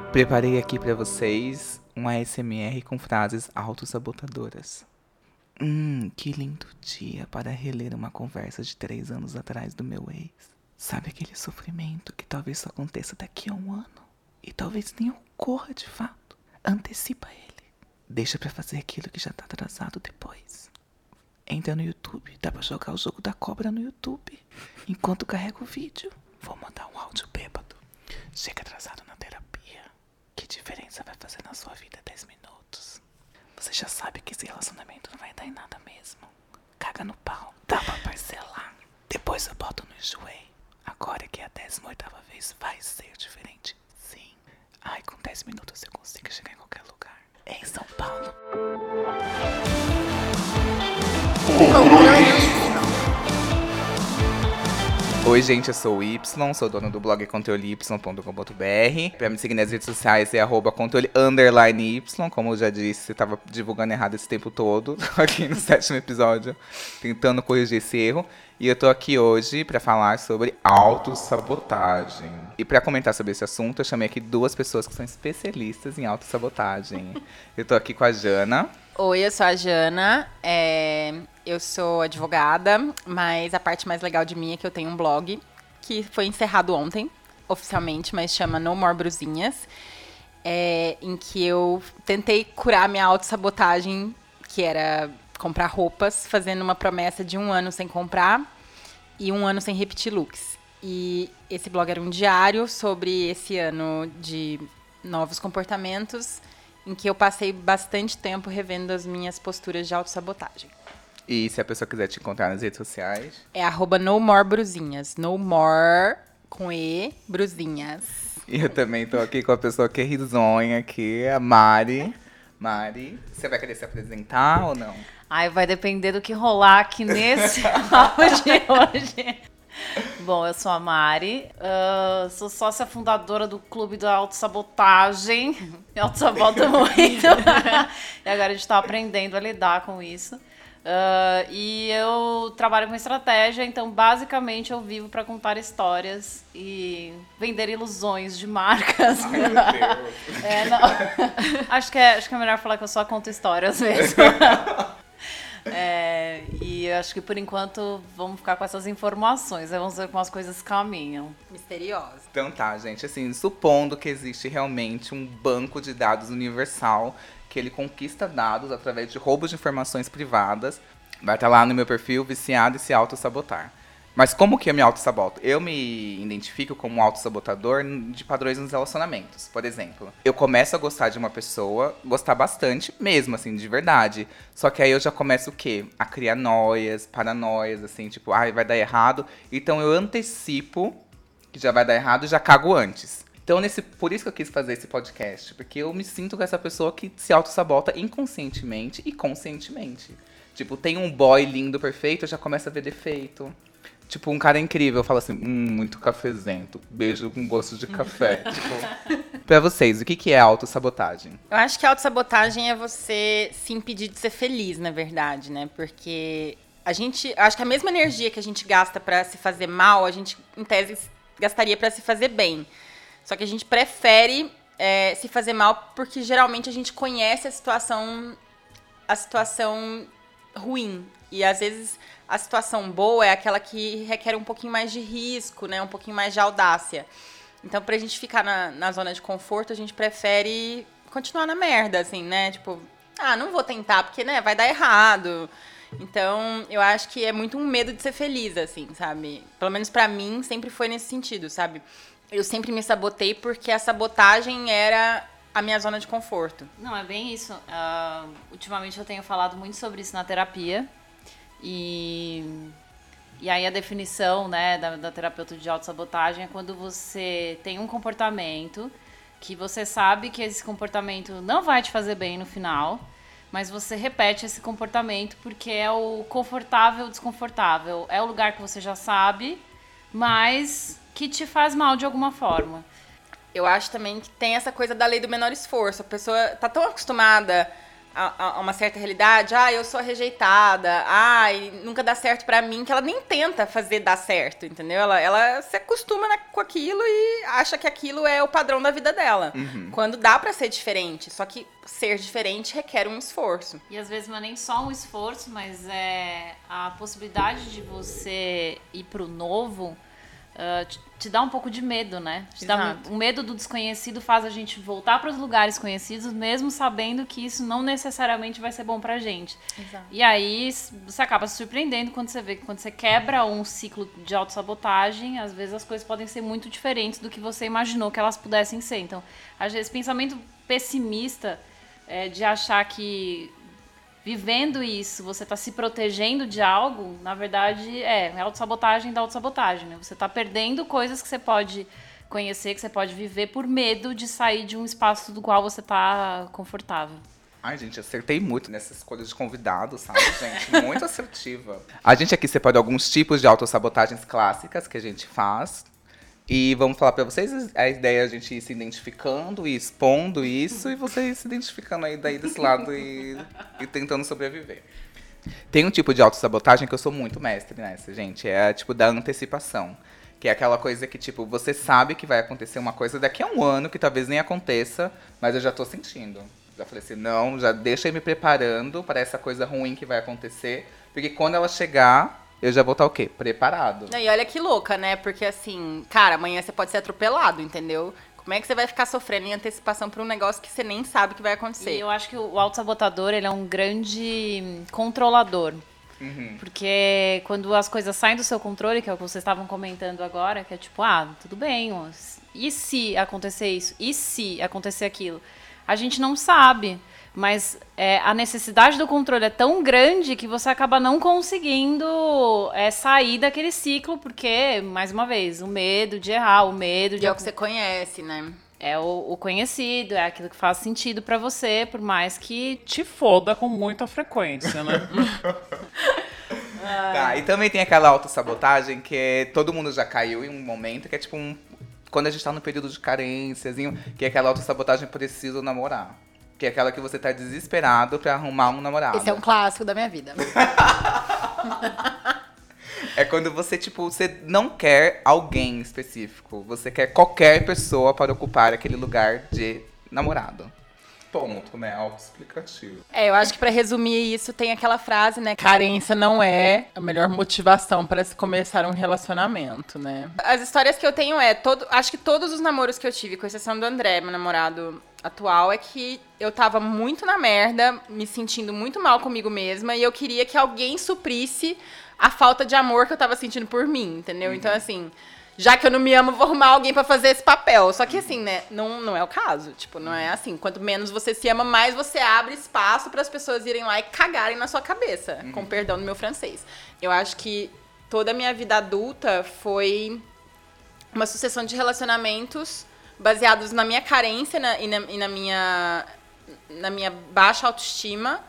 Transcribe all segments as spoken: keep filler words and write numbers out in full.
Preparei aqui pra vocês um A S M R com frases autossabotadoras. Hum, que lindo dia para reler uma conversa de três anos atrás do meu ex. Sabe aquele sofrimento que talvez só aconteça daqui a um ano? E talvez nem ocorra de fato. Antecipa ele. Deixa pra fazer aquilo que já tá atrasado depois. Entra no YouTube, dá pra jogar o jogo da cobra no YouTube. Enquanto carrega o vídeo, vou mandar um áudio bêbado. Chega atrasado na terapia. Que diferença vai fazer na sua vida dez minutos? Você já sabe que esse relacionamento não vai dar em nada mesmo. Caga no pau, dá pra parcelar. Depois eu boto no enjoei. Agora que é a décima oitava vez vai ser diferente, sim. Ai, com dez minutos eu consigo chegar em qualquer lugar. É em São Paulo. Oi, gente, eu sou o Y, sou dono do blog conteúdo y ponto com ponto b r. Pra me seguir nas redes sociais é arroba conteúdo underline Y, como eu já disse, eu tava divulgando errado esse tempo todo, aqui no sétimo episódio, tentando corrigir esse erro. E eu tô aqui hoje pra falar sobre autossabotagem. E pra comentar sobre esse assunto, eu chamei aqui duas pessoas que são especialistas em autossabotagem. Eu tô aqui com a Jana. Oi, eu sou a Jana, é, eu sou advogada, mas a parte mais legal de mim é que eu tenho um blog que foi encerrado ontem, oficialmente, mas chama No More Brusinhas, é, em que eu tentei curar minha autossabotagem, que era comprar roupas, fazendo uma promessa de um ano sem comprar e um ano sem repetir looks. E esse blog era um diário sobre esse ano de novos comportamentos, em que eu passei bastante tempo revendo as minhas posturas de autossabotagem. E se a pessoa quiser te encontrar nas redes sociais? É arroba No More Brusinhas. No More, com E, Brusinhas. E eu também tô aqui com a pessoa que é risonha aqui, a Mari. Mari, você vai querer se apresentar ou não? Ai, vai depender do que rolar aqui nesse áudio de hoje. Bom, eu sou a Mari, uh, sou sócia fundadora do Clube da Autossabotagem. Me autossabota muito. E agora a gente tá aprendendo a lidar com isso. Uh, e eu trabalho com estratégia, então basicamente eu vivo para contar histórias e vender ilusões de marcas. Ai, meu Deus. É, não. acho, que é, acho que é melhor falar que eu só conto histórias mesmo. É, e eu acho que por enquanto vamos ficar com essas informações, vamos ver como as coisas caminham. Misteriosa. Então tá, gente, assim, supondo que existe realmente um banco de dados universal, que ele conquista dados através de roubos de informações privadas, vai estar lá no meu perfil, viciado e se autossabotar. Mas como que eu me autossaboto? Eu me identifico como um autossabotador de padrões nos relacionamentos. Por exemplo, eu começo a gostar de uma pessoa, gostar bastante mesmo, assim, de verdade. Só que aí eu já começo o quê? A criar noias, paranoias, assim, tipo, ai, vai dar errado. Então eu antecipo que já vai dar errado e já cago antes. Então, nesse, por isso que eu quis fazer esse podcast. Porque eu me sinto com essa pessoa que se autossabota inconscientemente e conscientemente. Tipo, tem um boy lindo, perfeito, eu já começo a ver defeito. Tipo, um cara incrível, eu falo assim, hum, muito cafezento, beijo com gosto de café. Tipo, pra vocês, o que que é autossabotagem? Eu acho que a autossabotagem é você se impedir de ser feliz, na verdade, né? Porque a gente, acho que a mesma energia que a gente gasta pra se fazer mal, a gente, em tese, gastaria pra se fazer bem. Só que a gente prefere é, se fazer mal porque geralmente a gente conhece a situação, a situação ruim. E às vezes a situação boa é aquela que requer um pouquinho mais de risco, né? Um pouquinho mais de audácia. Então, pra gente ficar na, na zona de conforto, a gente prefere continuar na merda, assim, né? Tipo, ah, não vou tentar porque, né, vai dar errado. Então, eu acho que é muito um medo de ser feliz, assim, sabe? Pelo menos pra mim, sempre foi nesse sentido, sabe? Eu sempre me sabotei porque a sabotagem era a minha zona de conforto. Não, é bem isso. Uh, ultimamente eu tenho falado muito sobre isso na terapia. E, e aí a definição, né, da, da terapeuta de autossabotagem é quando você tem um comportamento que você sabe que esse comportamento não vai te fazer bem no final, mas você repete esse comportamento porque é o confortável, desconfortável. É o lugar que você já sabe, mas que te faz mal de alguma forma. Eu acho também que tem essa coisa da lei do menor esforço. A pessoa tá tão acostumada a, a uma certa realidade, ah, eu sou rejeitada, ai, nunca dá certo pra mim, que ela nem tenta fazer dar certo, entendeu? Ela, ela se acostuma na, com aquilo e acha que aquilo é o padrão da vida dela. Uhum. Quando dá pra ser diferente, só que ser diferente requer um esforço. E às vezes não é nem só um esforço, mas é a possibilidade de você ir pro novo. Uh, te, te dá um pouco de medo, né? Te dá um, o medo do desconhecido faz a gente voltar para os lugares conhecidos, mesmo sabendo que isso não necessariamente vai ser bom pra gente. Exato. E aí você acaba se surpreendendo quando você vê que quando você quebra um ciclo de autossabotagem, às vezes as coisas podem ser muito diferentes do que você imaginou que elas pudessem ser. Então, às vezes, pensamento pessimista é, de achar que vivendo isso, você está se protegendo de algo, na verdade, é, é autossabotagem da autossabotagem, né? Você está perdendo coisas que você pode conhecer, que você pode viver por medo de sair de um espaço do qual você está confortável. Ai, gente, acertei muito nessa escolha de convidados, sabe, gente? Muito assertiva. A gente aqui separou alguns tipos de autossabotagens clássicas que a gente faz. E vamos falar pra vocês, a ideia é a gente ir se identificando e expondo isso, e vocês se identificando aí daí desse lado e, e tentando sobreviver. Tem um tipo de autossabotagem que eu sou muito mestre nessa, gente, é tipo da antecipação. Que é aquela coisa que, tipo, você sabe que vai acontecer uma coisa daqui a um ano, que talvez nem aconteça, mas eu já tô sentindo. Já falei assim, não, já deixa eu ir me preparando para essa coisa ruim que vai acontecer, porque quando ela chegar, eu já vou estar o quê? Preparado. E olha que louca, né? Porque assim, cara, amanhã você pode ser atropelado, entendeu? Como é que você vai ficar sofrendo em antecipação por um negócio que você nem sabe que vai acontecer? E eu acho que o autossabotador, ele é um grande controlador. Uhum. Porque quando as coisas saem do seu controle, que é o que vocês estavam comentando agora, que é tipo, ah, tudo bem, ó, e se acontecer isso? E se acontecer aquilo? A gente não sabe. Mas é, a necessidade do controle é tão grande que você acaba não conseguindo é, sair daquele ciclo, porque, mais uma vez, o medo de errar, o medo de... E é o que você conhece, né? É o, o conhecido, é aquilo que faz sentido pra você, por mais que... Te foda com muita frequência, né? Tá, e também tem aquela autossabotagem que é, todo mundo já caiu em um momento, que é tipo um... Quando a gente tá no período de carências, que é aquela autossabotagem preciso namorar. Que é aquela que você tá desesperado pra arrumar um namorado. Esse é um clássico da minha vida. É quando você, tipo, você não quer alguém específico. Você quer qualquer pessoa para ocupar aquele lugar de namorado. Ponto, né? Autoexplicativo. É, eu acho que pra resumir isso, tem aquela frase, né? Carência não é a melhor motivação para se começar um relacionamento, né? As histórias que eu tenho é, todo, acho que todos os namoros que eu tive, com exceção do André, meu namorado atual, é que eu tava muito na merda, me sentindo muito mal comigo mesma, e eu queria que alguém suprisse a falta de amor que eu tava sentindo por mim, entendeu? Uhum. Então, assim... Já que eu não me amo, vou arrumar alguém pra fazer esse papel. Só que assim, né, não, não é o caso. Tipo, não é assim. Quanto menos você se ama, mais você abre espaço para as pessoas irem lá e cagarem na sua cabeça. Uhum. Com perdão do meu francês. Eu acho que toda a minha vida adulta foi uma sucessão de relacionamentos baseados na minha carência na, e, na, e na, minha, na minha baixa autoestima.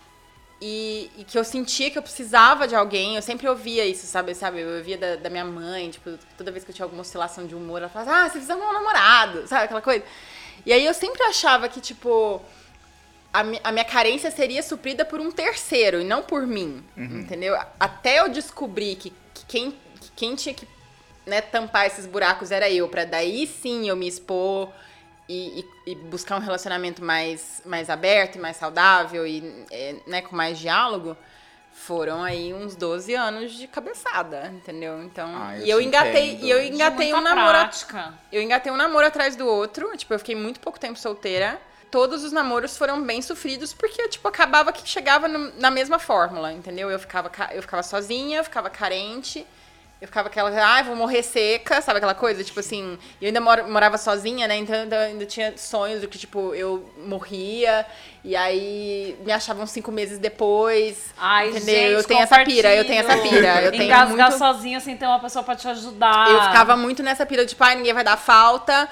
E, e que eu sentia que eu precisava de alguém, eu sempre ouvia isso, sabe? sabe? Eu ouvia da, da minha mãe, tipo, toda vez que eu tinha alguma oscilação de humor, ela falava, ah, você precisa de um namorado, sabe? Aquela coisa. E aí eu sempre achava que, tipo, a, mi- a minha carência seria suprida por um terceiro e não por mim, uhum. Entendeu? Até eu descobrir que, que, quem, que quem tinha que, né, tampar esses buracos era eu, pra daí sim eu me expor... E, e, e buscar um relacionamento mais, mais aberto e mais saudável e, é, né, com mais diálogo, foram aí uns doze anos de cabeçada, entendeu? Então, ah, eu e eu engatei, e eu engatei um namoro, prática. eu engatei um namoro atrás do outro, tipo, eu fiquei muito pouco tempo solteira. Todos os namoros foram bem sofridos porque, tipo, acabava que chegava no, na mesma fórmula, entendeu? Eu ficava, eu ficava sozinha, eu ficava carente. Eu ficava aquela, ah, vou morrer seca, sabe aquela coisa? Tipo assim, eu ainda mor- morava sozinha, né? Então eu ainda tinha sonhos de que, tipo, eu morria e aí me achavam cinco meses depois. Ai, entendeu? gente, eu tenho essa pira, eu tenho essa pira. Eu tenho Engasgar muito... sozinha sem ter uma pessoa pra te ajudar. Eu ficava muito nessa pira de, tipo, ai, ninguém vai dar falta.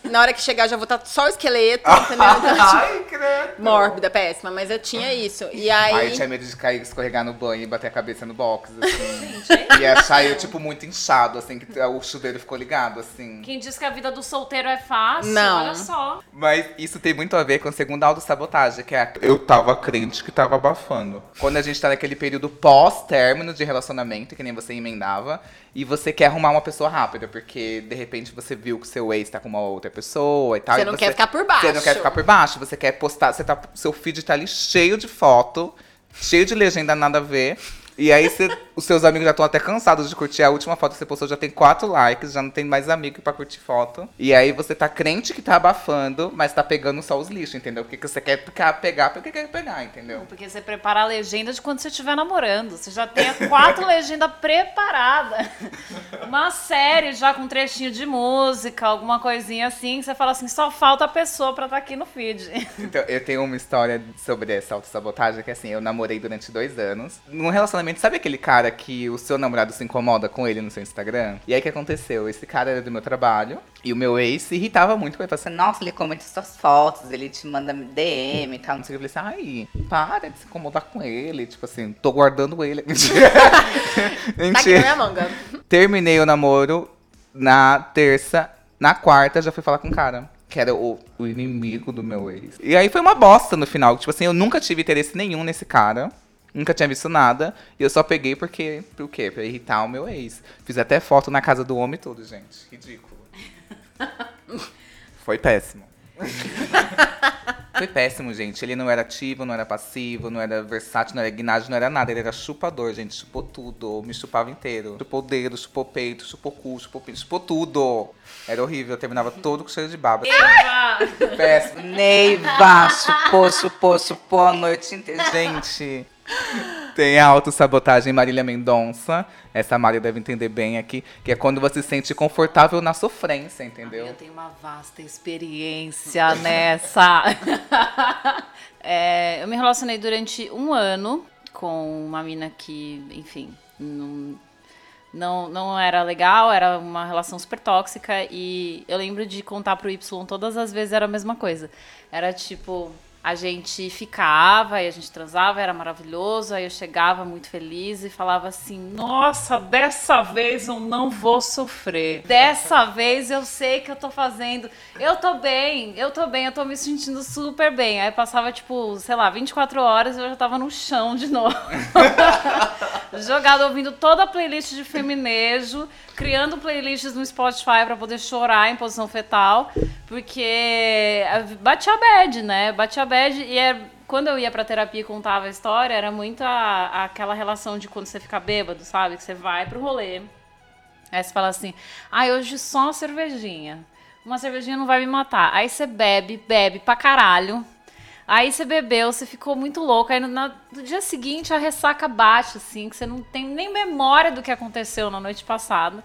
Na hora que chegar, já vou estar só o esqueleto, entendeu? Então, tipo, Ai, credo. mórbida, péssima, mas eu tinha isso. E aí... Ai, eu tinha medo de cair, escorregar no banho e bater a cabeça no box, assim. E achar eu, tipo, muito inchado, assim, que o chuveiro ficou ligado, assim. Quem diz que a vida do solteiro é fácil, Não. olha só. Mas isso tem muito a ver com a segunda autossabotagem, que é a... Eu tava crente que tava abafando. Quando a gente tá naquele período pós-término de relacionamento, que nem você emendava, e você quer arrumar uma pessoa rápida, porque de repente você viu que seu ex tá com uma outra pessoa e tal. Você e não quer ficar por baixo. Você não quer ficar por baixo, você quer postar, você tá, seu feed tá ali cheio de foto, cheio de legenda nada a ver. E aí você, os seus amigos já estão até cansados de curtir a última foto que você postou, já tem quatro likes, já não tem mais amigo pra curtir foto. E aí você tá crente que tá abafando, mas tá pegando só os lixos, entendeu? Porque você quer pegar, porque quer pegar, entendeu? Porque você prepara a legenda de quando você estiver namorando. Você já tem a quatro legendas preparadas. Uma série já com trechinho de música, alguma coisinha assim. Você fala assim, só falta a pessoa pra estar aqui no feed. Então, eu tenho uma história sobre essa autossabotagem, que assim, eu namorei durante dois anos. Num relacionamento, sabe aquele cara que o seu namorado se incomoda com ele no seu Instagram? E aí o que aconteceu? Esse cara era do meu trabalho, e o meu ex se irritava muito com ele. Falava assim, nossa, ele comenta suas fotos, ele te manda D M e tal. Não sei o que. Eu falei assim, ai, para de se incomodar com ele. Tipo assim, tô guardando ele. Mentira. Tá aqui na minha manga. Terminei o namoro na terça, na quarta já fui falar com o cara. Que era o, o inimigo do meu ex. E aí foi uma bosta no final. Tipo assim, eu nunca tive interesse nenhum nesse cara. Nunca tinha visto nada. E eu só peguei porque... Por quê? Pra irritar o meu ex. Fiz até foto na casa do homem e tudo, gente. Ridículo. Foi péssimo. Foi péssimo, gente. Ele não era ativo, não era passivo, não era versátil, não era guinagem, não era nada. Ele era chupador, gente. Chupou tudo. Me chupava inteiro. Chupou o dedo, chupou o peito, chupou o cu, chupou o pinto, chupou tudo. Era horrível. Eu terminava todo com cheiro de baba. Eva! Péssimo. Neiva, chupou, chupou, chupou a noite inteira. Gente, tem a autossabotagem Marília Mendonça. Essa Maria deve entender bem aqui. Que é quando você se sente confortável na sofrência, entendeu? Eu tenho uma vasta experiência nessa. É, eu me relacionei durante um ano com uma mina que, enfim, não, não, não era legal, era uma relação super tóxica. E eu lembro de contar pro Y todas as vezes era a mesma coisa. Era tipo... A gente ficava e a gente transava, era maravilhoso. Aí eu chegava muito feliz e falava assim, nossa, dessa vez eu não vou sofrer. Dessa vez eu sei que eu tô fazendo. Eu tô bem, eu tô bem, eu tô me sentindo super bem. Aí passava, tipo, sei lá, vinte e quatro horas e eu já tava no chão de novo. Jogado, ouvindo toda a playlist de feminejo, criando playlists no Spotify pra poder chorar em posição fetal, porque batia a bad, né? Batia a bad e é, quando eu ia pra terapia e contava a história, era muito a, aquela relação de quando você fica bêbado, sabe? Que você vai pro rolê, aí você fala assim, ai, ah, hoje só uma cervejinha. Uma cervejinha não vai me matar. Aí você bebe, bebe pra caralho. Aí você bebeu, você ficou muito louco. Aí no, no dia seguinte a ressaca bate, assim, que você não tem nem memória do que aconteceu na noite passada.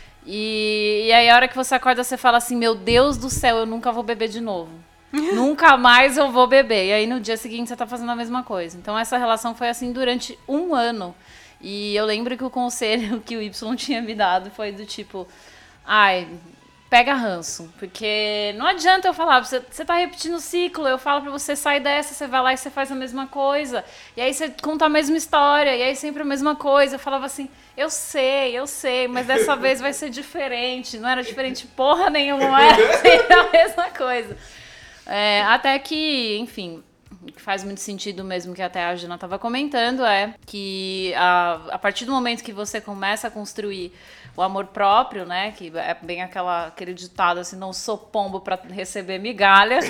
E, e aí a hora que você acorda, você fala assim, meu Deus do céu, eu nunca vou beber de novo. Nunca mais eu vou beber. E aí no dia seguinte você tá fazendo a mesma coisa. Então essa relação foi assim durante um ano. E eu lembro que o conselho que o Y tinha me dado foi do tipo, ai... Pega ranço, porque não adianta eu falar, você, você tá repetindo o ciclo, eu falo pra você sair dessa, você vai lá e você faz a mesma coisa, e aí você conta a mesma história, e aí sempre a mesma coisa. Eu falava assim, eu sei, eu sei, mas dessa vez vai ser diferente. Não era diferente porra nenhuma, era sempre a mesma coisa. É, até que, enfim, o que faz muito sentido mesmo, que até a Gina estava comentando, é que a, a partir do momento que você começa a construir o amor próprio, né, que é bem aquela, aquele ditado assim, não sou pombo para receber migalha.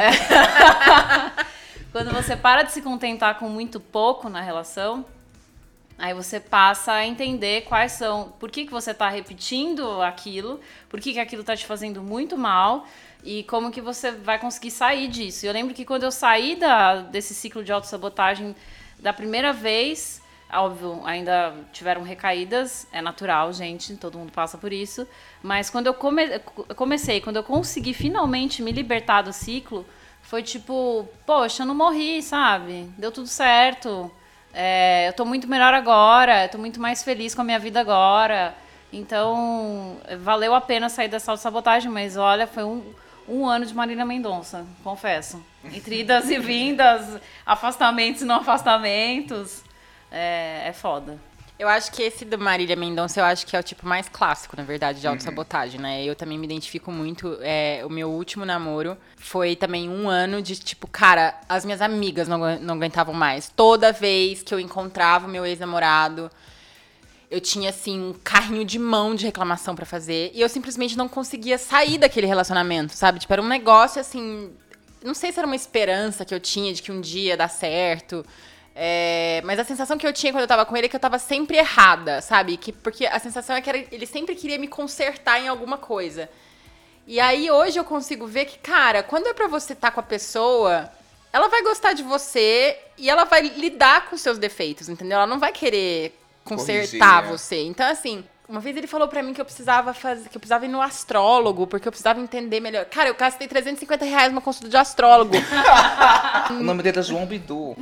É. Quando você para de se contentar com muito pouco na relação, aí você passa a entender quais são, por que, que você está repetindo aquilo, por que, que aquilo está te fazendo muito mal e como que você vai conseguir sair disso. Eu lembro que quando eu saí da, desse ciclo de autossabotagem da primeira vez... Óbvio, ainda tiveram recaídas, é natural, gente, todo mundo passa por isso. Mas quando eu come- comecei, quando eu consegui finalmente me libertar do ciclo, foi tipo, poxa, eu não morri, sabe? Deu tudo certo, é, eu tô muito melhor agora, eu tô muito mais feliz com a minha vida agora. Então, valeu a pena sair dessa autossabotagem, mas olha, foi um, um ano de Marília Mendonça, confesso. Entre idas e vindas, afastamentos e não afastamentos, é, é foda. Eu acho que esse do Marília Mendonça, eu acho que é o tipo mais clássico, na verdade, de autossabotagem, né? Eu também me identifico muito. É, o meu último namoro foi também um ano de, tipo, cara, as minhas amigas não, não aguentavam mais. Toda vez que eu encontrava o meu ex-namorado, eu tinha, assim, um carrinho de mão de reclamação pra fazer. E eu simplesmente não conseguia sair daquele relacionamento, sabe? Tipo, era um negócio, assim... Não sei se era uma esperança que eu tinha de que um dia ia dar certo... É, mas a sensação que eu tinha quando eu tava com ele é que eu tava sempre errada, sabe? Que, porque a sensação é que era, ele sempre queria me consertar em alguma coisa. E aí hoje eu consigo ver que, cara, quando é pra você estar com a pessoa, ela vai gostar de você e ela vai lidar com os seus defeitos, entendeu? Ela não vai querer consertar Corrigir, é. você. Então, assim... Uma vez ele falou pra mim que eu precisava fazer, que eu precisava ir no astrólogo, porque eu precisava entender melhor. Cara, eu gastei trezentos e cinquenta reais numa consulta de astrólogo. O nome dele é João Bidu.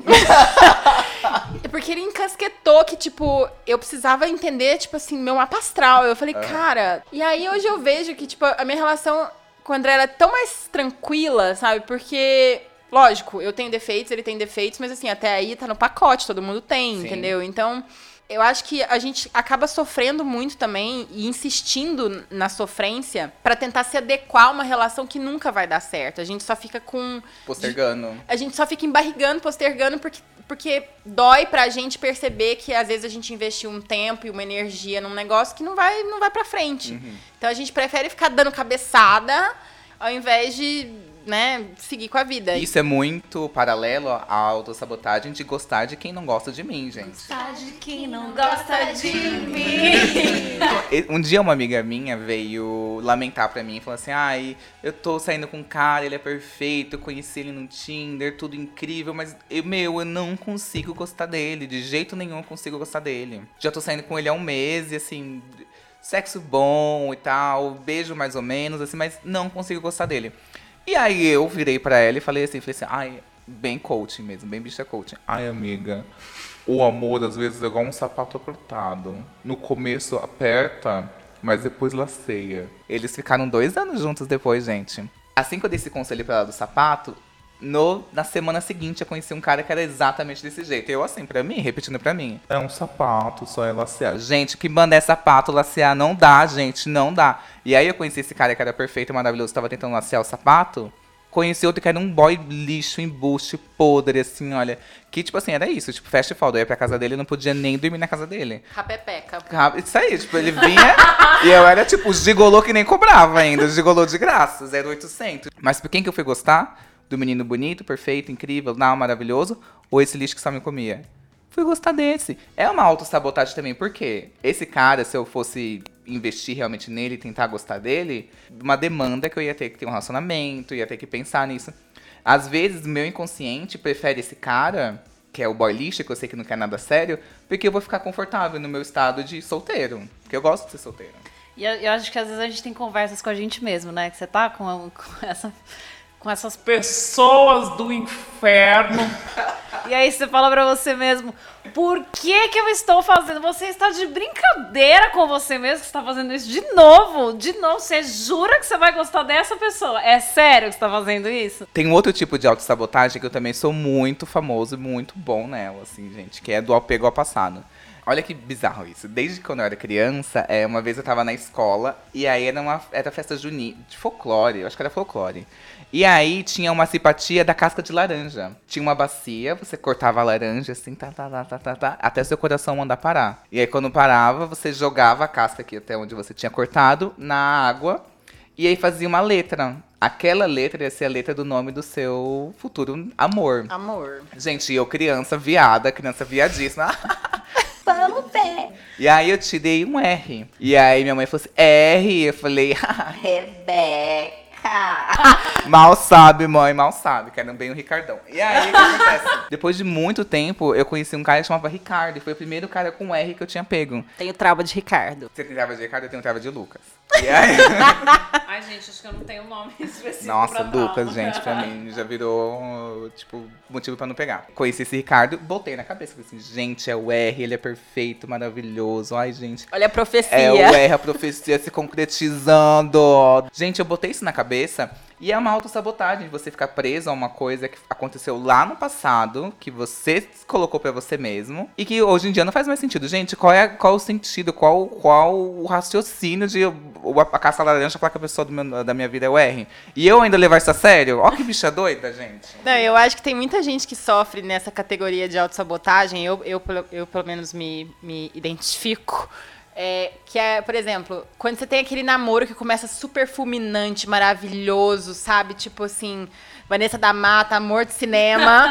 Porque ele encasquetou que, tipo, eu precisava entender, tipo assim, meu mapa astral. Eu falei, cara... E aí hoje eu vejo que, tipo, a minha relação com o André ela é tão mais tranquila, sabe? Porque... Lógico, eu tenho defeitos, ele tem defeitos, mas assim, até aí tá no pacote, todo mundo tem, Sim. entendeu? Então... Eu acho que a gente acaba sofrendo muito também e insistindo na sofrência pra tentar se adequar a uma relação que nunca vai dar certo. A gente só fica com... Postergando. A gente só fica embarrigando, postergando, porque, porque dói pra gente perceber que às vezes a gente investiu um tempo e uma energia num negócio que não vai, não vai pra frente. Uhum. Então a gente prefere ficar dando cabeçada ao invés de... né, seguir com a vida. Isso é muito paralelo à autossabotagem de gostar de quem não gosta de mim, gente. Gostar de quem não gosta de mim. Um dia uma amiga minha veio lamentar pra mim e falou assim: ai, eu tô saindo com um cara, ele é perfeito, eu conheci ele no Tinder, tudo incrível, mas, eu, meu, eu não consigo gostar dele, de jeito nenhum eu consigo gostar dele. Já tô saindo com ele há um mês e assim, sexo bom e tal, beijo mais ou menos, assim, mas não consigo gostar dele. E aí eu virei pra ela e falei assim, falei assim, ai, bem coaching mesmo, bem bicha coaching. Ai, amiga, o amor às vezes é igual um sapato apertado. No começo aperta, mas depois laceia. Eles ficaram dois anos juntos depois, gente. Assim que eu dei esse conselho pra ela do sapato, no, na semana seguinte eu conheci um cara que era exatamente desse jeito. Eu assim, pra mim, repetindo pra mim. É um sapato, só é lacear. Gente, que banda é sapato, lacear? Não dá, gente, não dá. E aí eu conheci esse cara que era perfeito, maravilhoso, tava tentando lacear o sapato. Conheci outro que era um boy lixo, embuste, podre, assim, olha. Que, tipo assim, era isso, tipo, fast food. Eu ia pra casa dele e não podia nem dormir na casa dele. Rapepeca. Isso aí, tipo, ele vinha e eu era, tipo, gigolô que nem cobrava ainda. Gigolô de graça, zero oitocentos. Mas por quem que eu fui gostar? Do menino bonito, perfeito, incrível, não, maravilhoso, ou esse lixo que só me comia? Fui gostar desse. É uma autossabotagem também, por quê? Esse cara, se eu fosse investir realmente nele e tentar gostar dele, uma demanda que eu ia ter que ter um relacionamento, ia ter que pensar nisso. Às vezes, meu inconsciente prefere esse cara, que é o boy lixo, que eu sei que não quer nada sério, porque eu vou ficar confortável no meu estado de solteiro, porque eu gosto de ser solteiro. E eu, eu acho que às vezes a gente tem conversas com a gente mesmo, né? Que você tá com, com essa... com essas pessoas do inferno. E aí você fala pra você mesmo, por que que eu estou fazendo? Você está de brincadeira com você mesmo que você está fazendo isso de novo? De novo, você jura que você vai gostar dessa pessoa? É sério que você está fazendo isso? Tem um outro tipo de autossabotagem que eu também sou muito famoso e muito bom nela, assim, gente, que é do apego ao passado. Olha que bizarro isso. Desde quando eu era criança, é, uma vez eu tava na escola e aí era uma era festa junina, de folclore, eu acho que era folclore. E aí tinha uma simpatia da casca de laranja. Tinha uma bacia, você cortava a laranja assim, tá, tá, tá, tá, tá, tá, até seu coração mandar parar. E aí quando parava, você jogava a casca aqui até onde você tinha cortado na água e aí fazia uma letra. Aquela letra ia ser a letra do nome do seu futuro amor. Amor. Gente, eu criança viada, criança viadíssima. Vamos ver. E aí eu te dei um R. E aí minha mãe falou assim, R? Eu falei, Rebeca. mal sabe, mãe, mal sabe, que era bem o Ricardão. E aí, o que acontece? Depois de muito tempo, eu conheci um cara que chamava Ricardo. E foi o primeiro cara com R que eu tinha pego. Tenho trauma de Ricardo. Você tem trava de Ricardo, eu tenho trava de Lucas. E aí... Ai, gente, acho que eu não tenho um nome específico. Nossa, pra Lucas, trauma. gente, pra mim já virou, tipo, motivo pra não pegar. Conheci esse Ricardo, botei na cabeça. Falei assim, gente, é o R, ele é perfeito, maravilhoso. Ai, gente. Olha a profecia. É o R, a profecia se concretizando. Gente, eu botei isso na cabeça E é uma autossabotagem de você ficar preso a uma coisa que aconteceu lá no passado, que você colocou pra você mesmo, e que hoje em dia não faz mais sentido. Gente, qual é qual o sentido, qual, qual o raciocínio de eu- a caça laranja falar que a pessoa do meu- da minha vida é o R? E eu ainda levar isso a sério? Ó que bicha doida, gente. Não, eu acho que tem muita gente que sofre nessa categoria de autossabotagem. Eu, eu, pelo- eu pelo menos, me, me identifico. É, que é, por exemplo, quando você tem aquele namoro que começa super fulminante, maravilhoso, sabe? Tipo assim, Vanessa da Mata, amor de cinema.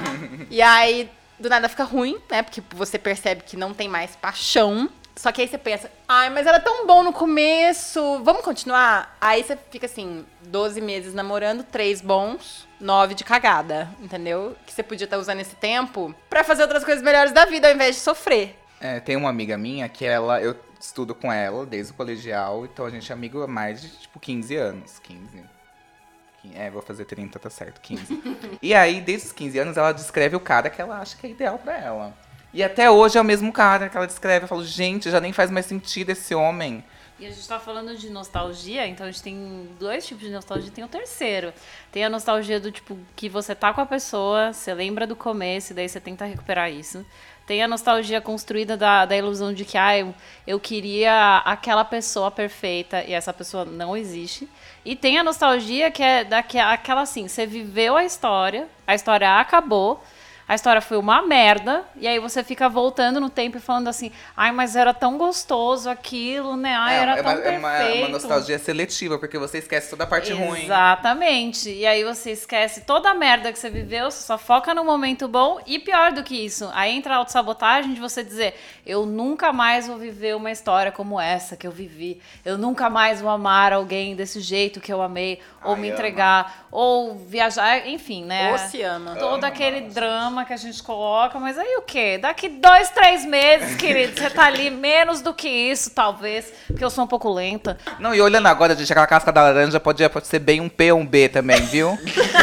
E aí, do nada fica ruim, né? Porque você percebe que não tem mais paixão. Só que aí você pensa, ai, mas era tão bom no começo, vamos continuar? Aí você fica assim, doze meses namorando, três bons, nove de cagada, entendeu? Que você podia estar usando esse tempo pra fazer outras coisas melhores da vida, ao invés de sofrer. É, tem uma amiga minha que ela, eu estudo com ela desde o colegial, então a gente é amigo há mais de, tipo, quinze anos. quinze. Quin- É, vou fazer trinta, tá certo, quinze. E aí, desde os quinze anos, ela descreve o cara que ela acha que é ideal pra ela. E até hoje é o mesmo cara que ela descreve. Eu falo, gente, já nem faz mais sentido esse homem. E a gente tá falando de nostalgia, então a gente tem dois tipos de nostalgia, tem o terceiro. Tem a nostalgia do tipo, que você tá com a pessoa, você lembra do começo, e daí você tenta recuperar isso. Tem a nostalgia construída da, da ilusão de que, ah, eu, eu queria aquela pessoa perfeita, e essa pessoa não existe. E tem a nostalgia que é daquela, aquela assim, você viveu a história, a história acabou, a história foi uma merda, e aí você fica voltando no tempo e falando assim, ai, mas era tão gostoso aquilo, né? Ai, é, era é tão uma, é uma- perfeito. uma nostalgia seletiva, porque você esquece toda a parte ruim. Exatamente. E aí você esquece toda a merda que você viveu, você só foca no momento bom. E pior do que isso, aí entra a autossabotagem de você dizer, eu nunca mais vou viver uma história como essa que eu vivi. Eu nunca mais vou amar alguém desse jeito que eu amei. Ou Ai, me ama. entregar, ou viajar, enfim, né? Oceano. Todo Ama, aquele gente. drama que a gente coloca, mas aí o quê? Daqui dois, três meses, querido, você tá ali menos do que isso, talvez, porque eu sou um pouco lenta. Não, e olhando agora, gente, aquela casca da laranja pode, pode ser bem um P ou um B também, viu?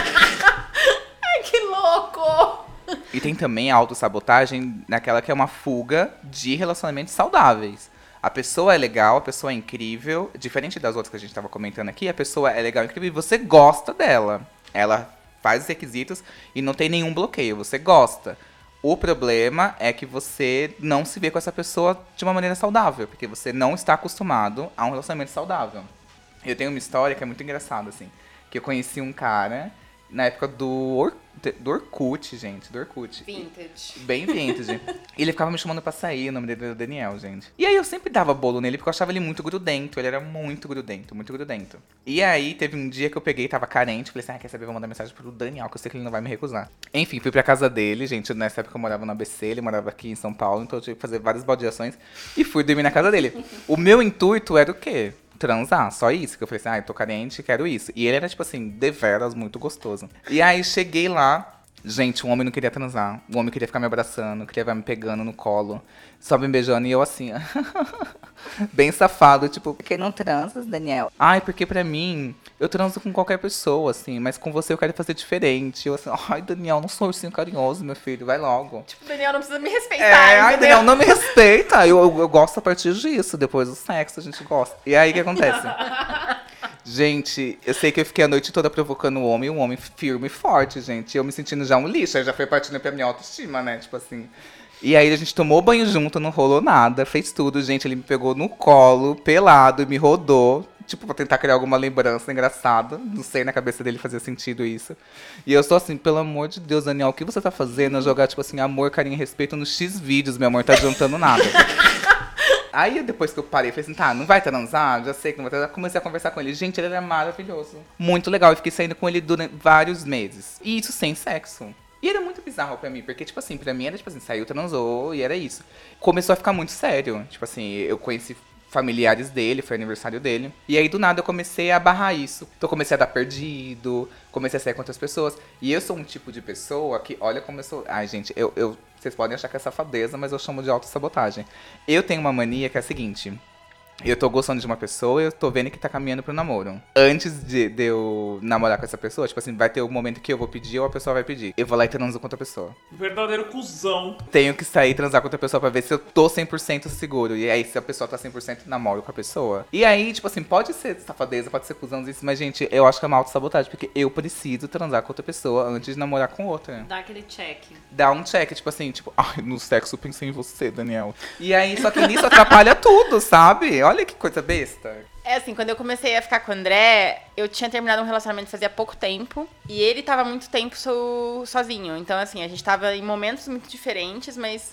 Ai, que louco! E tem também a autossabotagem naquela que é uma fuga de relacionamentos saudáveis. A pessoa é legal, a pessoa é incrível, diferente das outras que a gente estava comentando aqui, a pessoa é legal, incrível, e você gosta dela. Ela faz os requisitos e não tem nenhum bloqueio, você gosta. O problema é que você não se vê com essa pessoa de uma maneira saudável, porque você não está acostumado a um relacionamento saudável. Eu tenho uma história que é muito engraçada, assim, que eu conheci um cara na época do, Or do Orkut, gente, do Orkut. Vintage. Bem vintage. E ele ficava me chamando pra sair, o nome dele era Daniel, gente. E aí eu sempre dava bolo nele, porque eu achava ele muito grudento. Ele era muito grudento, muito grudento. E aí teve um dia que eu peguei, tava carente, falei assim, ah, quer saber, vou mandar mensagem pro Daniel, que eu sei que ele não vai me recusar. Enfim, fui pra casa dele, gente, nessa época eu morava no A B C, ele morava aqui em São Paulo, então eu tive que fazer várias baldeações. E fui dormir na casa dele. O meu intuito era o quê? Transar, só isso. Que eu falei assim, ah, eu tô carente, quero isso. E ele era, tipo assim, deveras muito gostoso. E aí cheguei lá, gente, o homem não queria transar. O homem queria ficar me abraçando, queria ficar me pegando no colo, só me beijando. E eu assim, bem safado, tipo, Por que não transas, Daniel? ai, porque pra mim, eu transo com qualquer pessoa, assim, mas com você eu quero fazer diferente. Eu assim, ai, Daniel, não sou ursinho carinhoso, meu filho, vai logo. Tipo, o Daniel não precisa me respeitar, É, ai, entendeu? Daniel, não me respeita. Eu, eu, eu gosto a partir disso. Depois do sexo, a gente gosta. E aí, o que acontece? Gente, eu sei que eu fiquei a noite toda provocando o homem. Um homem firme e forte, gente. Eu me sentindo já um lixo. Aí já foi partindo pra minha autoestima, né? Tipo assim. E aí, a gente tomou banho junto, não rolou nada. Fez tudo, gente. Ele me pegou no colo, pelado, e me rodou. Tipo, pra tentar criar alguma lembrança engraçada. Não sei, na cabeça dele fazia sentido isso. E eu sou assim, pelo amor de Deus, Daniel, o que você tá fazendo? Jogar, tipo assim, amor, carinho e respeito nos X vídeos, meu amor, tá adiantando nada. Aí, depois que eu parei, falei assim, tá, não vai transar? Já sei que não vai transar. Comecei a conversar com ele. Gente, ele era maravilhoso. Muito legal. Eu fiquei saindo com ele durante vários meses. E isso sem sexo. E era muito bizarro pra mim, porque, tipo assim, pra mim era, tipo assim, saiu, transou e era isso. Começou a ficar muito sério. Tipo assim, eu conheci familiares dele, foi aniversário dele. E aí, do nada, eu comecei a barrar isso. Então, eu comecei a dar perdido, comecei a sair com outras pessoas. E eu sou um tipo de pessoa que, olha como eu sou... Ai, gente, eu... eu vocês podem achar que é safadeza, mas eu chamo de autossabotagem. Eu tenho uma mania que é a seguinte... Eu tô gostando de uma pessoa e eu tô vendo que tá caminhando pro namoro. Antes de, de eu namorar com essa pessoa, tipo assim, vai ter o momento que eu vou pedir ou a pessoa vai pedir. Eu vou lá e transo com outra pessoa. Verdadeiro cuzão. Tenho que sair e transar com outra pessoa pra ver se eu tô cem por cento seguro. E aí, se a pessoa tá cem por cento, namoro com a pessoa. E aí, tipo assim, pode ser safadeza, pode ser cuzão disso, mas, gente, eu acho que é uma autossabotagem, porque eu preciso transar com outra pessoa antes de namorar com outra. Dá aquele check. Dá um check, tipo assim, tipo, ai, no sexo eu pensei em você, Daniel. E aí, só que nisso atrapalha tudo, sabe? Olha que coisa besta. É assim, quando eu comecei a ficar com o André, eu tinha terminado um relacionamento fazia pouco tempo. E ele tava muito tempo so, sozinho. Então, assim, a gente tava em momentos muito diferentes, mas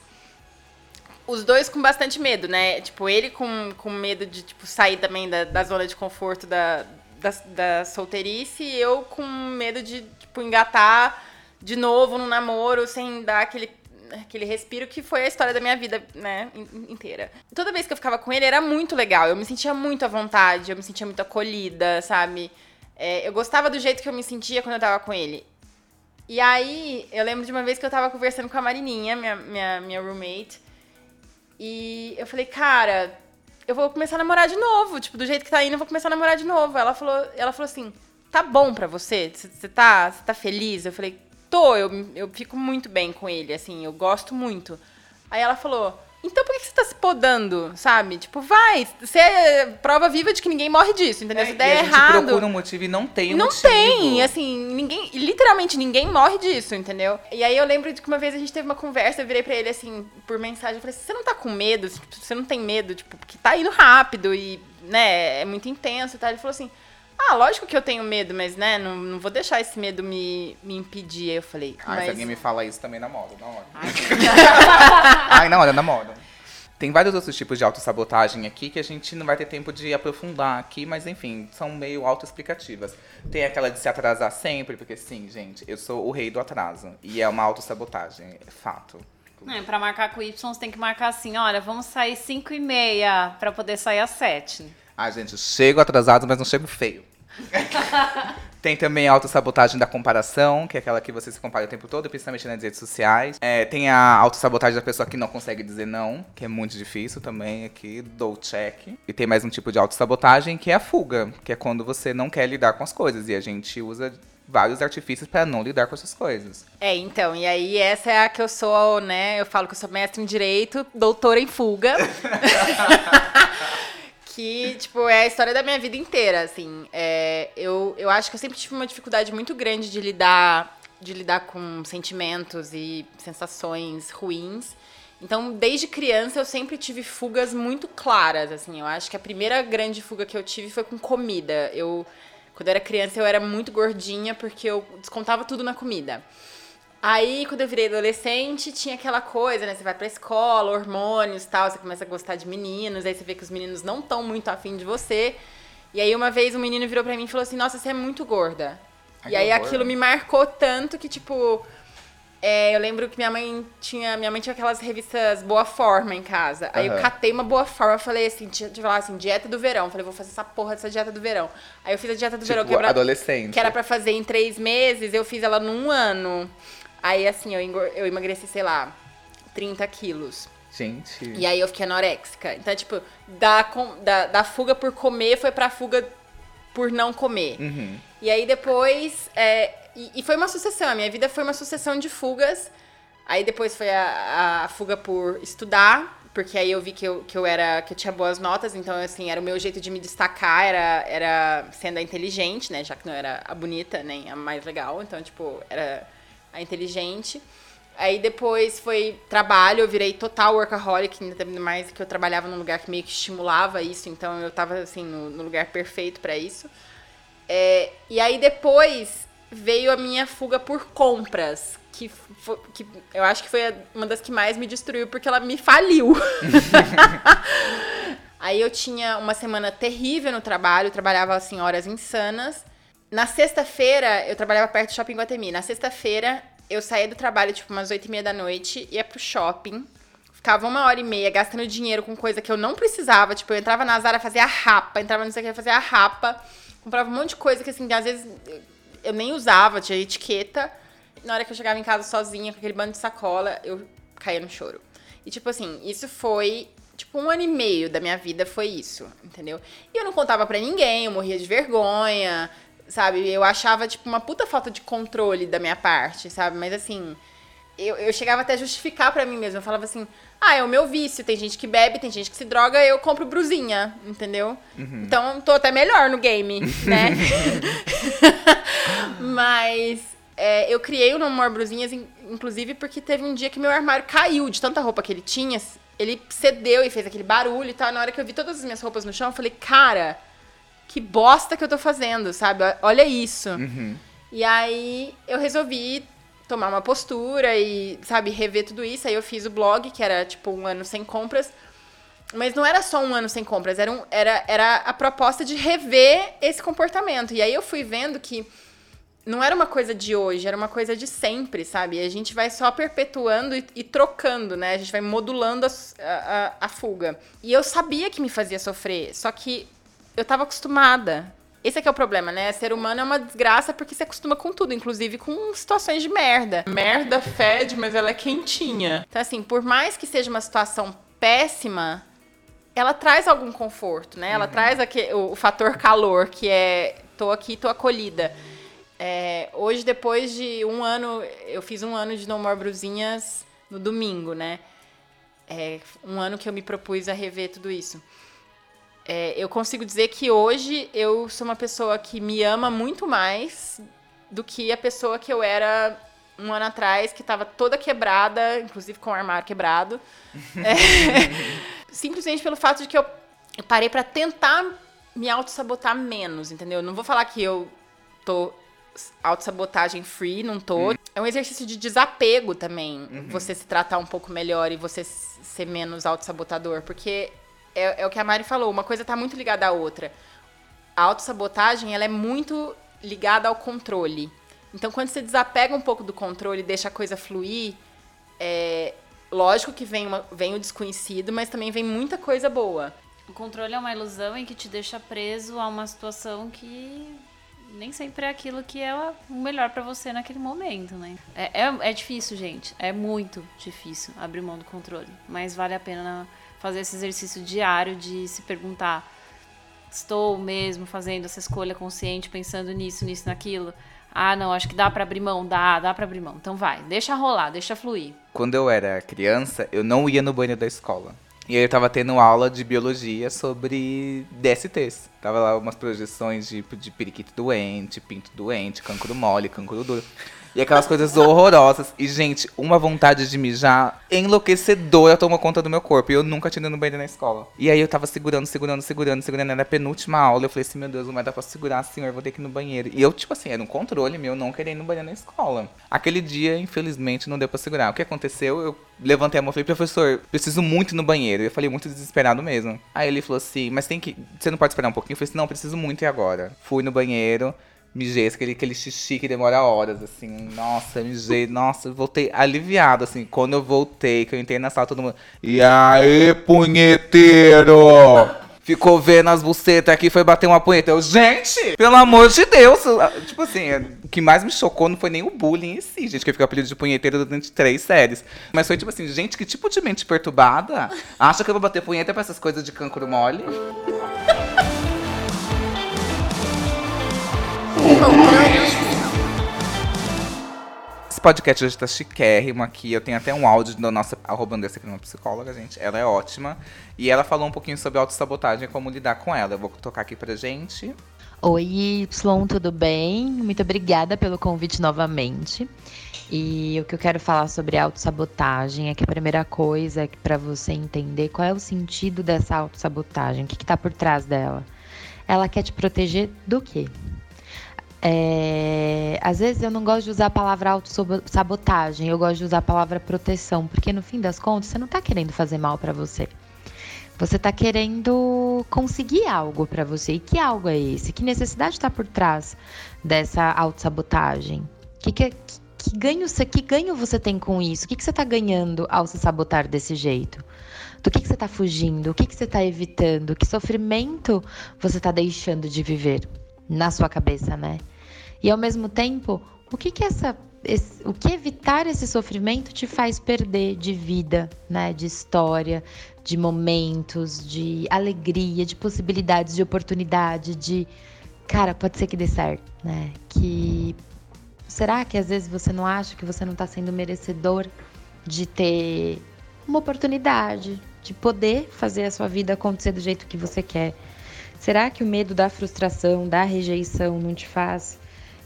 os dois com bastante medo, né? Tipo, ele com, com medo de, tipo, sair também da, da zona de conforto da, da, da solteirice. E eu com medo de, tipo, engatar de novo no namoro sem dar aquele... aquele respiro que foi a história da minha vida, né, inteira. Toda vez que eu ficava com ele, era muito legal. Eu me sentia muito à vontade, eu me sentia muito acolhida, sabe? É, eu gostava do jeito que eu me sentia quando eu tava com ele. E aí, eu lembro de uma vez que eu tava conversando com a Marininha, minha, minha, minha roommate, e eu falei, cara, eu vou começar a namorar de novo. Tipo, do jeito que tá indo, eu vou começar a namorar de novo. Ela falou, ela falou assim, tá bom pra você? Você tá, você tá feliz? Eu falei, tô, eu, eu fico muito bem com ele, assim, eu gosto muito. Aí ela falou, então por que você tá se podando, sabe? Tipo, vai, você é prova viva de que ninguém morre disso, entendeu? É, Se e der a gente errado... procura um motivo e não tem um não motivo. tem, assim, ninguém, literalmente ninguém morre disso, entendeu? E aí eu lembro de que uma vez a gente teve uma conversa, eu virei pra ele, assim, por mensagem, eu falei assim, você não tá com medo? Você não tem medo, tipo, porque tá indo rápido e, né, é muito intenso e tal. Ele falou assim, ah, lógico que eu tenho medo, mas, né, não, não vou deixar esse medo me, me impedir. Aí eu falei, Ai, mas... se alguém me fala isso também namoro, na hora. Ai, na hora, namoro. Tem vários outros tipos de autossabotagem aqui que a gente não vai ter tempo de aprofundar aqui, mas enfim, são meio autoexplicativas. Tem aquela de se atrasar sempre, porque sim, gente, eu sou o rei do atraso. E é uma autossabotagem, é fato. Não, pra marcar com o Y, você tem que marcar assim, olha, vamos sair cinco e meia pra poder sair às sete. Ah, gente, eu chego atrasado, mas não chego feio. Tem também a autossabotagem da comparação, que é aquela que você se compara o tempo todo, principalmente nas redes sociais. É, tem a autossabotagem da pessoa que não consegue dizer não, que é muito difícil também, aqui, dou check. E tem mais um tipo de autossabotagem, que é a fuga, que é quando você não quer lidar com as coisas. E a gente usa vários artifícios pra não lidar com essas coisas. É, então, e aí essa é a que eu sou, né, eu falo que eu sou mestre em Direito, doutora em fuga. Que, tipo, é a história da minha vida inteira, assim. É, eu, eu acho que eu sempre tive uma dificuldade muito grande de lidar, de lidar com sentimentos e sensações ruins. Então, desde criança, eu sempre tive fugas muito claras, assim. Eu acho que a primeira grande fuga que eu tive foi com comida. Eu, quando eu era criança, eu era muito gordinha porque eu descontava tudo na comida. Aí, quando eu virei adolescente, tinha aquela coisa, né? Você vai pra escola, hormônios e tal, você começa a gostar de meninos, aí você vê que os meninos não estão muito afim de você. E aí, uma vez, um menino virou pra mim e falou assim, nossa, você é muito gorda. Ai, e aí, que horror. aquilo me marcou tanto que, tipo... É, eu lembro que minha mãe tinha... Minha mãe tinha aquelas revistas Boa Forma em casa. Aí Aham. eu catei uma Boa Forma, falei assim, tinha de falar assim, dieta do verão. Falei, vou fazer essa porra dessa dieta do verão. Aí eu fiz a dieta do verão, que Tipo, era, adolescente. que era pra fazer em três meses, eu fiz ela num ano. Aí, assim, eu, engor- eu emagreci, sei lá, trinta quilos. Gente. E aí eu fiquei anoréxica. Então, tipo, da, com- da, da fuga por comer foi pra fuga por não comer. Uhum. E aí depois... é, e, e foi uma sucessão. A minha vida foi uma sucessão de fugas. Aí depois foi a, a fuga por estudar. Porque aí eu vi que eu, que eu era... Que eu tinha boas notas. Então, assim, era o meu jeito de me destacar. Era, era sendo a inteligente, né? Já que não era a bonita, nem a mais legal. Então, tipo, era a inteligente. Aí depois foi trabalho, eu virei total workaholic, ainda mais que eu trabalhava num lugar que meio que estimulava isso, então eu tava, assim, no, no lugar perfeito pra isso. É, e aí depois veio a minha fuga por compras, que, fo- que eu acho que foi a- uma das que mais me destruiu, porque ela me faliu. Aí eu tinha uma semana terrível no trabalho, eu trabalhava, assim, horas insanas. Na sexta-feira, eu trabalhava perto do Shopping Guatemi. Na sexta-feira, eu saía do trabalho, tipo, umas oito e meia da noite, ia pro shopping, ficava uma hora e meia gastando dinheiro com coisa que eu não precisava. Tipo, eu entrava na Zara, fazia a rapa, entrava no sei o que, fazia a rapa, comprava um monte de coisa que, assim, às vezes eu nem usava, tinha etiqueta. Na hora que eu chegava em casa sozinha, com aquele bando de sacola, eu caía no choro. E, tipo assim, isso foi Tipo, um ano e meio da minha vida foi isso, entendeu? E eu não contava pra ninguém, eu morria de vergonha, sabe? Eu achava, tipo, uma puta falta de controle da minha parte, sabe? Mas, assim, eu, eu chegava até a justificar pra mim mesma. Eu falava assim, ah, é o meu vício. Tem gente que bebe, tem gente que se droga, eu compro brusinha, entendeu? Uhum. Então, tô até melhor no game, né? Mas é, eu criei o No More Brusinhas, inclusive, porque teve um dia que meu armário caiu de tanta roupa que ele tinha. Ele cedeu e fez aquele barulho e tal. Na hora que eu vi todas as minhas roupas no chão, eu falei, cara, que bosta que eu tô fazendo, sabe? Olha isso. Uhum. E aí eu resolvi tomar uma postura e, sabe, rever tudo isso. Aí eu fiz o blog, que era tipo um ano sem compras. Mas não era só um ano sem compras, era, um, era, era a proposta de rever esse comportamento. E aí eu fui vendo que não era uma coisa de hoje, era uma coisa de sempre, sabe? E a gente vai só perpetuando e, e trocando, né? A gente vai modulando a, a, a fuga. E eu sabia que me fazia sofrer, só que eu tava acostumada. Esse é que é o problema, né? Ser humano é uma desgraça porque se acostuma com tudo, inclusive com situações de merda. Merda fede, mas ela é quentinha. Então, assim, por mais que seja uma situação péssima, ela traz algum conforto, né? Ela uhum. traz aqui, o, o fator calor, que é tô aqui, tô acolhida. É, hoje, depois de um ano, eu fiz um ano de No More Brusinhas no domingo, né? É, um ano que eu me propus a rever tudo isso. É, eu consigo dizer que hoje eu sou uma pessoa que me ama muito mais do que a pessoa que eu era um ano atrás, que estava toda quebrada, inclusive com o armário quebrado. É, simplesmente pelo fato de que eu, eu parei para tentar me auto-sabotar menos, entendeu? Não vou falar que eu tô autossabotagem free, não tô. Uhum. É um exercício de desapego também, uhum. você se tratar um pouco melhor e você ser menos autossabotador, porque é, é o que a Mari falou, uma coisa tá muito ligada à outra. A autossabotagem, ela é muito ligada ao controle. Então, quando você desapega um pouco do controle e deixa a coisa fluir, é lógico que vem, uma, vem o desconhecido, mas também vem muita coisa boa. O controle é uma ilusão em que te deixa preso a uma situação que nem sempre é aquilo que é o melhor pra você naquele momento, né? É, é, é difícil, gente. É muito difícil abrir mão do controle. Mas vale a pena fazer esse exercício diário de se perguntar: estou mesmo fazendo essa escolha consciente, pensando nisso, nisso, naquilo? Ah, não, acho que dá pra abrir mão. Dá, dá pra abrir mão. Então vai, deixa rolar, deixa fluir. Quando eu era criança, eu não ia no banheiro da escola. E aí eu tava tendo aula de biologia sobre D S Ts. Tava lá umas projeções de, de periquito doente, pinto doente, cancro mole, cancro duro. E aquelas coisas horrorosas. E, gente, uma vontade de mijar enlouquecedora tomou conta do meu corpo. E eu nunca tinha ido no banheiro na escola. E aí eu tava segurando, segurando, segurando, segurando. Era a penúltima aula. Eu falei assim, meu Deus, não vai dar pra segurar, senhor, vou ter que ir no banheiro. E eu, tipo assim, era um controle meu não querer ir no banheiro na escola. Aquele dia, infelizmente, não deu pra segurar. O que aconteceu? Eu levantei a mão e falei, professor, preciso muito ir no banheiro. Eu falei, muito desesperado mesmo. Aí ele falou assim, mas tem que... Você não pode esperar um pouquinho? Eu falei assim, não, preciso muito ir agora. Fui no banheiro. Mijei, aquele, aquele xixi que demora horas, assim, nossa, mijei, nossa, voltei aliviado, assim, quando eu voltei, que eu entrei na sala, todo mundo, e aí, punheteiro? Ficou vendo as bucetas aqui, foi bater uma punheta. Eu, gente, pelo amor de Deus, tipo assim, o que mais me chocou não foi nem o bullying em si, gente, que eu fiquei apelido de punheteiro durante três séries, mas foi tipo assim, gente, que tipo de mente perturbada acha que eu vou bater punheta pra essas coisas de cancro mole? Esse podcast hoje tá chiquérrimo aqui. Eu tenho até um áudio da nossa arroba Andressa, que é uma psicóloga, gente. Ela é ótima. E ela falou um pouquinho sobre autossabotagem e como lidar com ela. Eu vou tocar aqui pra gente. Oi, Y, tudo bem? Muito obrigada pelo convite novamente. E o que eu quero falar sobre autossabotagem é que a primeira coisa é que pra você entender qual é o sentido dessa autossabotagem, o que que tá por trás dela. Ela quer te proteger do quê? É, às vezes eu não gosto de usar a palavra autossabotagem, eu gosto de usar a palavra proteção, porque no fim das contas você não tá querendo fazer mal pra você. Você tá querendo conseguir algo pra você. E que algo é esse? Que necessidade tá por trás dessa autossabotagem? Que, que, que, ganho, que ganho você tem com isso? O que, que você tá ganhando ao se sabotar desse jeito? Do que, que você tá fugindo? O que, que você tá evitando? Que sofrimento você tá deixando de viver? Na sua cabeça, né? E ao mesmo tempo, o que que essa esse, o que evitar esse sofrimento te faz perder de vida, né? De história, de momentos, de alegria, de possibilidades, de oportunidade, de... Cara, pode ser que dê certo, né? Que... Será que às vezes você não acha que você não está sendo merecedor de ter uma oportunidade, de poder fazer a sua vida acontecer do jeito que você quer? Será que o medo da frustração, da rejeição não te faz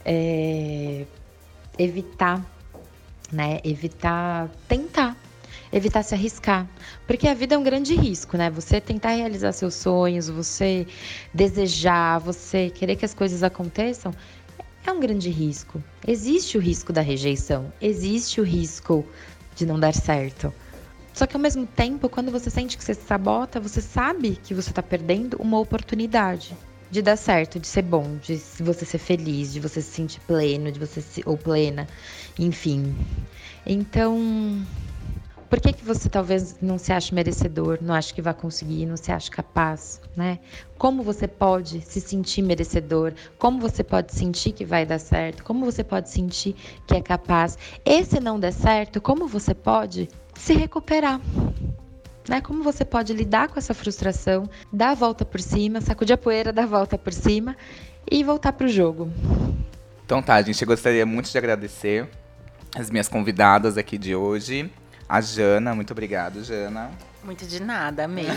é, evitar, né? Evitar, tentar, evitar se arriscar? Porque a vida é um grande risco, né? Você tentar realizar seus sonhos, você desejar, você querer que as coisas aconteçam, é um grande risco. Existe o risco da rejeição, existe o risco de não dar certo. Só que ao mesmo tempo, quando você sente que você se sabota, você sabe que você está perdendo uma oportunidade de dar certo, de ser bom, de você ser feliz, de você se sentir pleno, de você se, ou plena, enfim. Então, por que que você talvez não se ache merecedor, não ache que vai conseguir, não se ache capaz, né? Como você pode se sentir merecedor? Como você pode sentir que vai dar certo? Como você pode sentir que é capaz? E se não der certo, como você pode se recuperar? Né? Como você pode lidar com essa frustração, dar a volta por cima, sacudir a poeira, dar a volta por cima e voltar pro jogo? Então tá, gente, eu gostaria muito de agradecer as minhas convidadas aqui de hoje. A Jana, muito obrigado, Jana. Muito de nada, amei.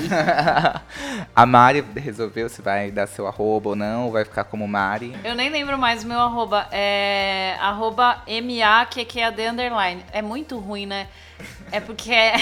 A Mari resolveu se vai dar seu arroba ou não, ou vai ficar como Mari. Eu nem lembro mais o meu arroba. É arroba M A Q Q A D underline. É muito ruim, né? É porque é...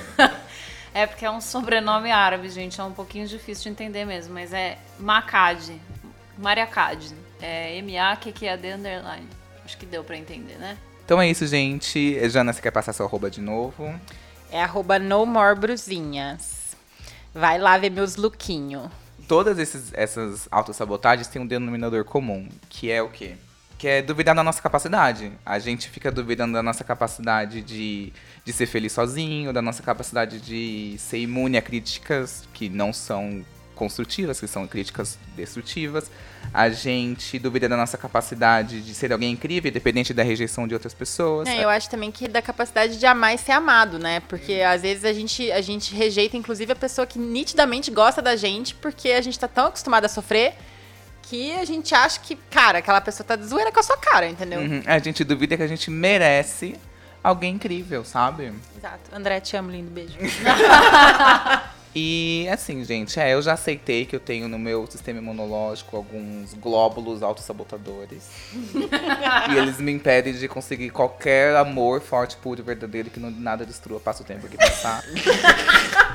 é porque é um sobrenome árabe, gente. É um pouquinho difícil de entender mesmo. Mas é Macad. Mariacad. É M A Q Q A D underline. Acho que deu pra entender, né? Então é isso, gente. Jana, você quer passar seu arroba de novo? É arroba no more brusinhas. Vai lá ver meus lookinhos. Todas esses, essas autossabotagens têm um denominador comum, que é o quê? Que é duvidar da nossa capacidade. A gente fica duvidando da nossa capacidade de, de ser feliz sozinho, da nossa capacidade de ser imune a críticas que não são construtivas, que são críticas destrutivas. A gente duvida da nossa capacidade de ser alguém incrível, independente da rejeição de outras pessoas. É, eu acho também que da capacidade de amar e ser amado, né? Porque às vezes a gente, a gente rejeita, inclusive, a pessoa que nitidamente gosta da gente, porque a gente tá tão acostumado a sofrer que a gente acha que, cara, aquela pessoa tá de zoeira com a sua cara, entendeu? Uhum. A gente duvida que a gente merece alguém incrível, sabe? Exato. André, te amo, lindo. Beijo. E assim, gente, é, eu já aceitei que eu tenho no meu sistema imunológico alguns glóbulos autossabotadores. E eles me impedem de conseguir qualquer amor forte, puro e verdadeiro que não, nada destrua, passa o tempo que passar.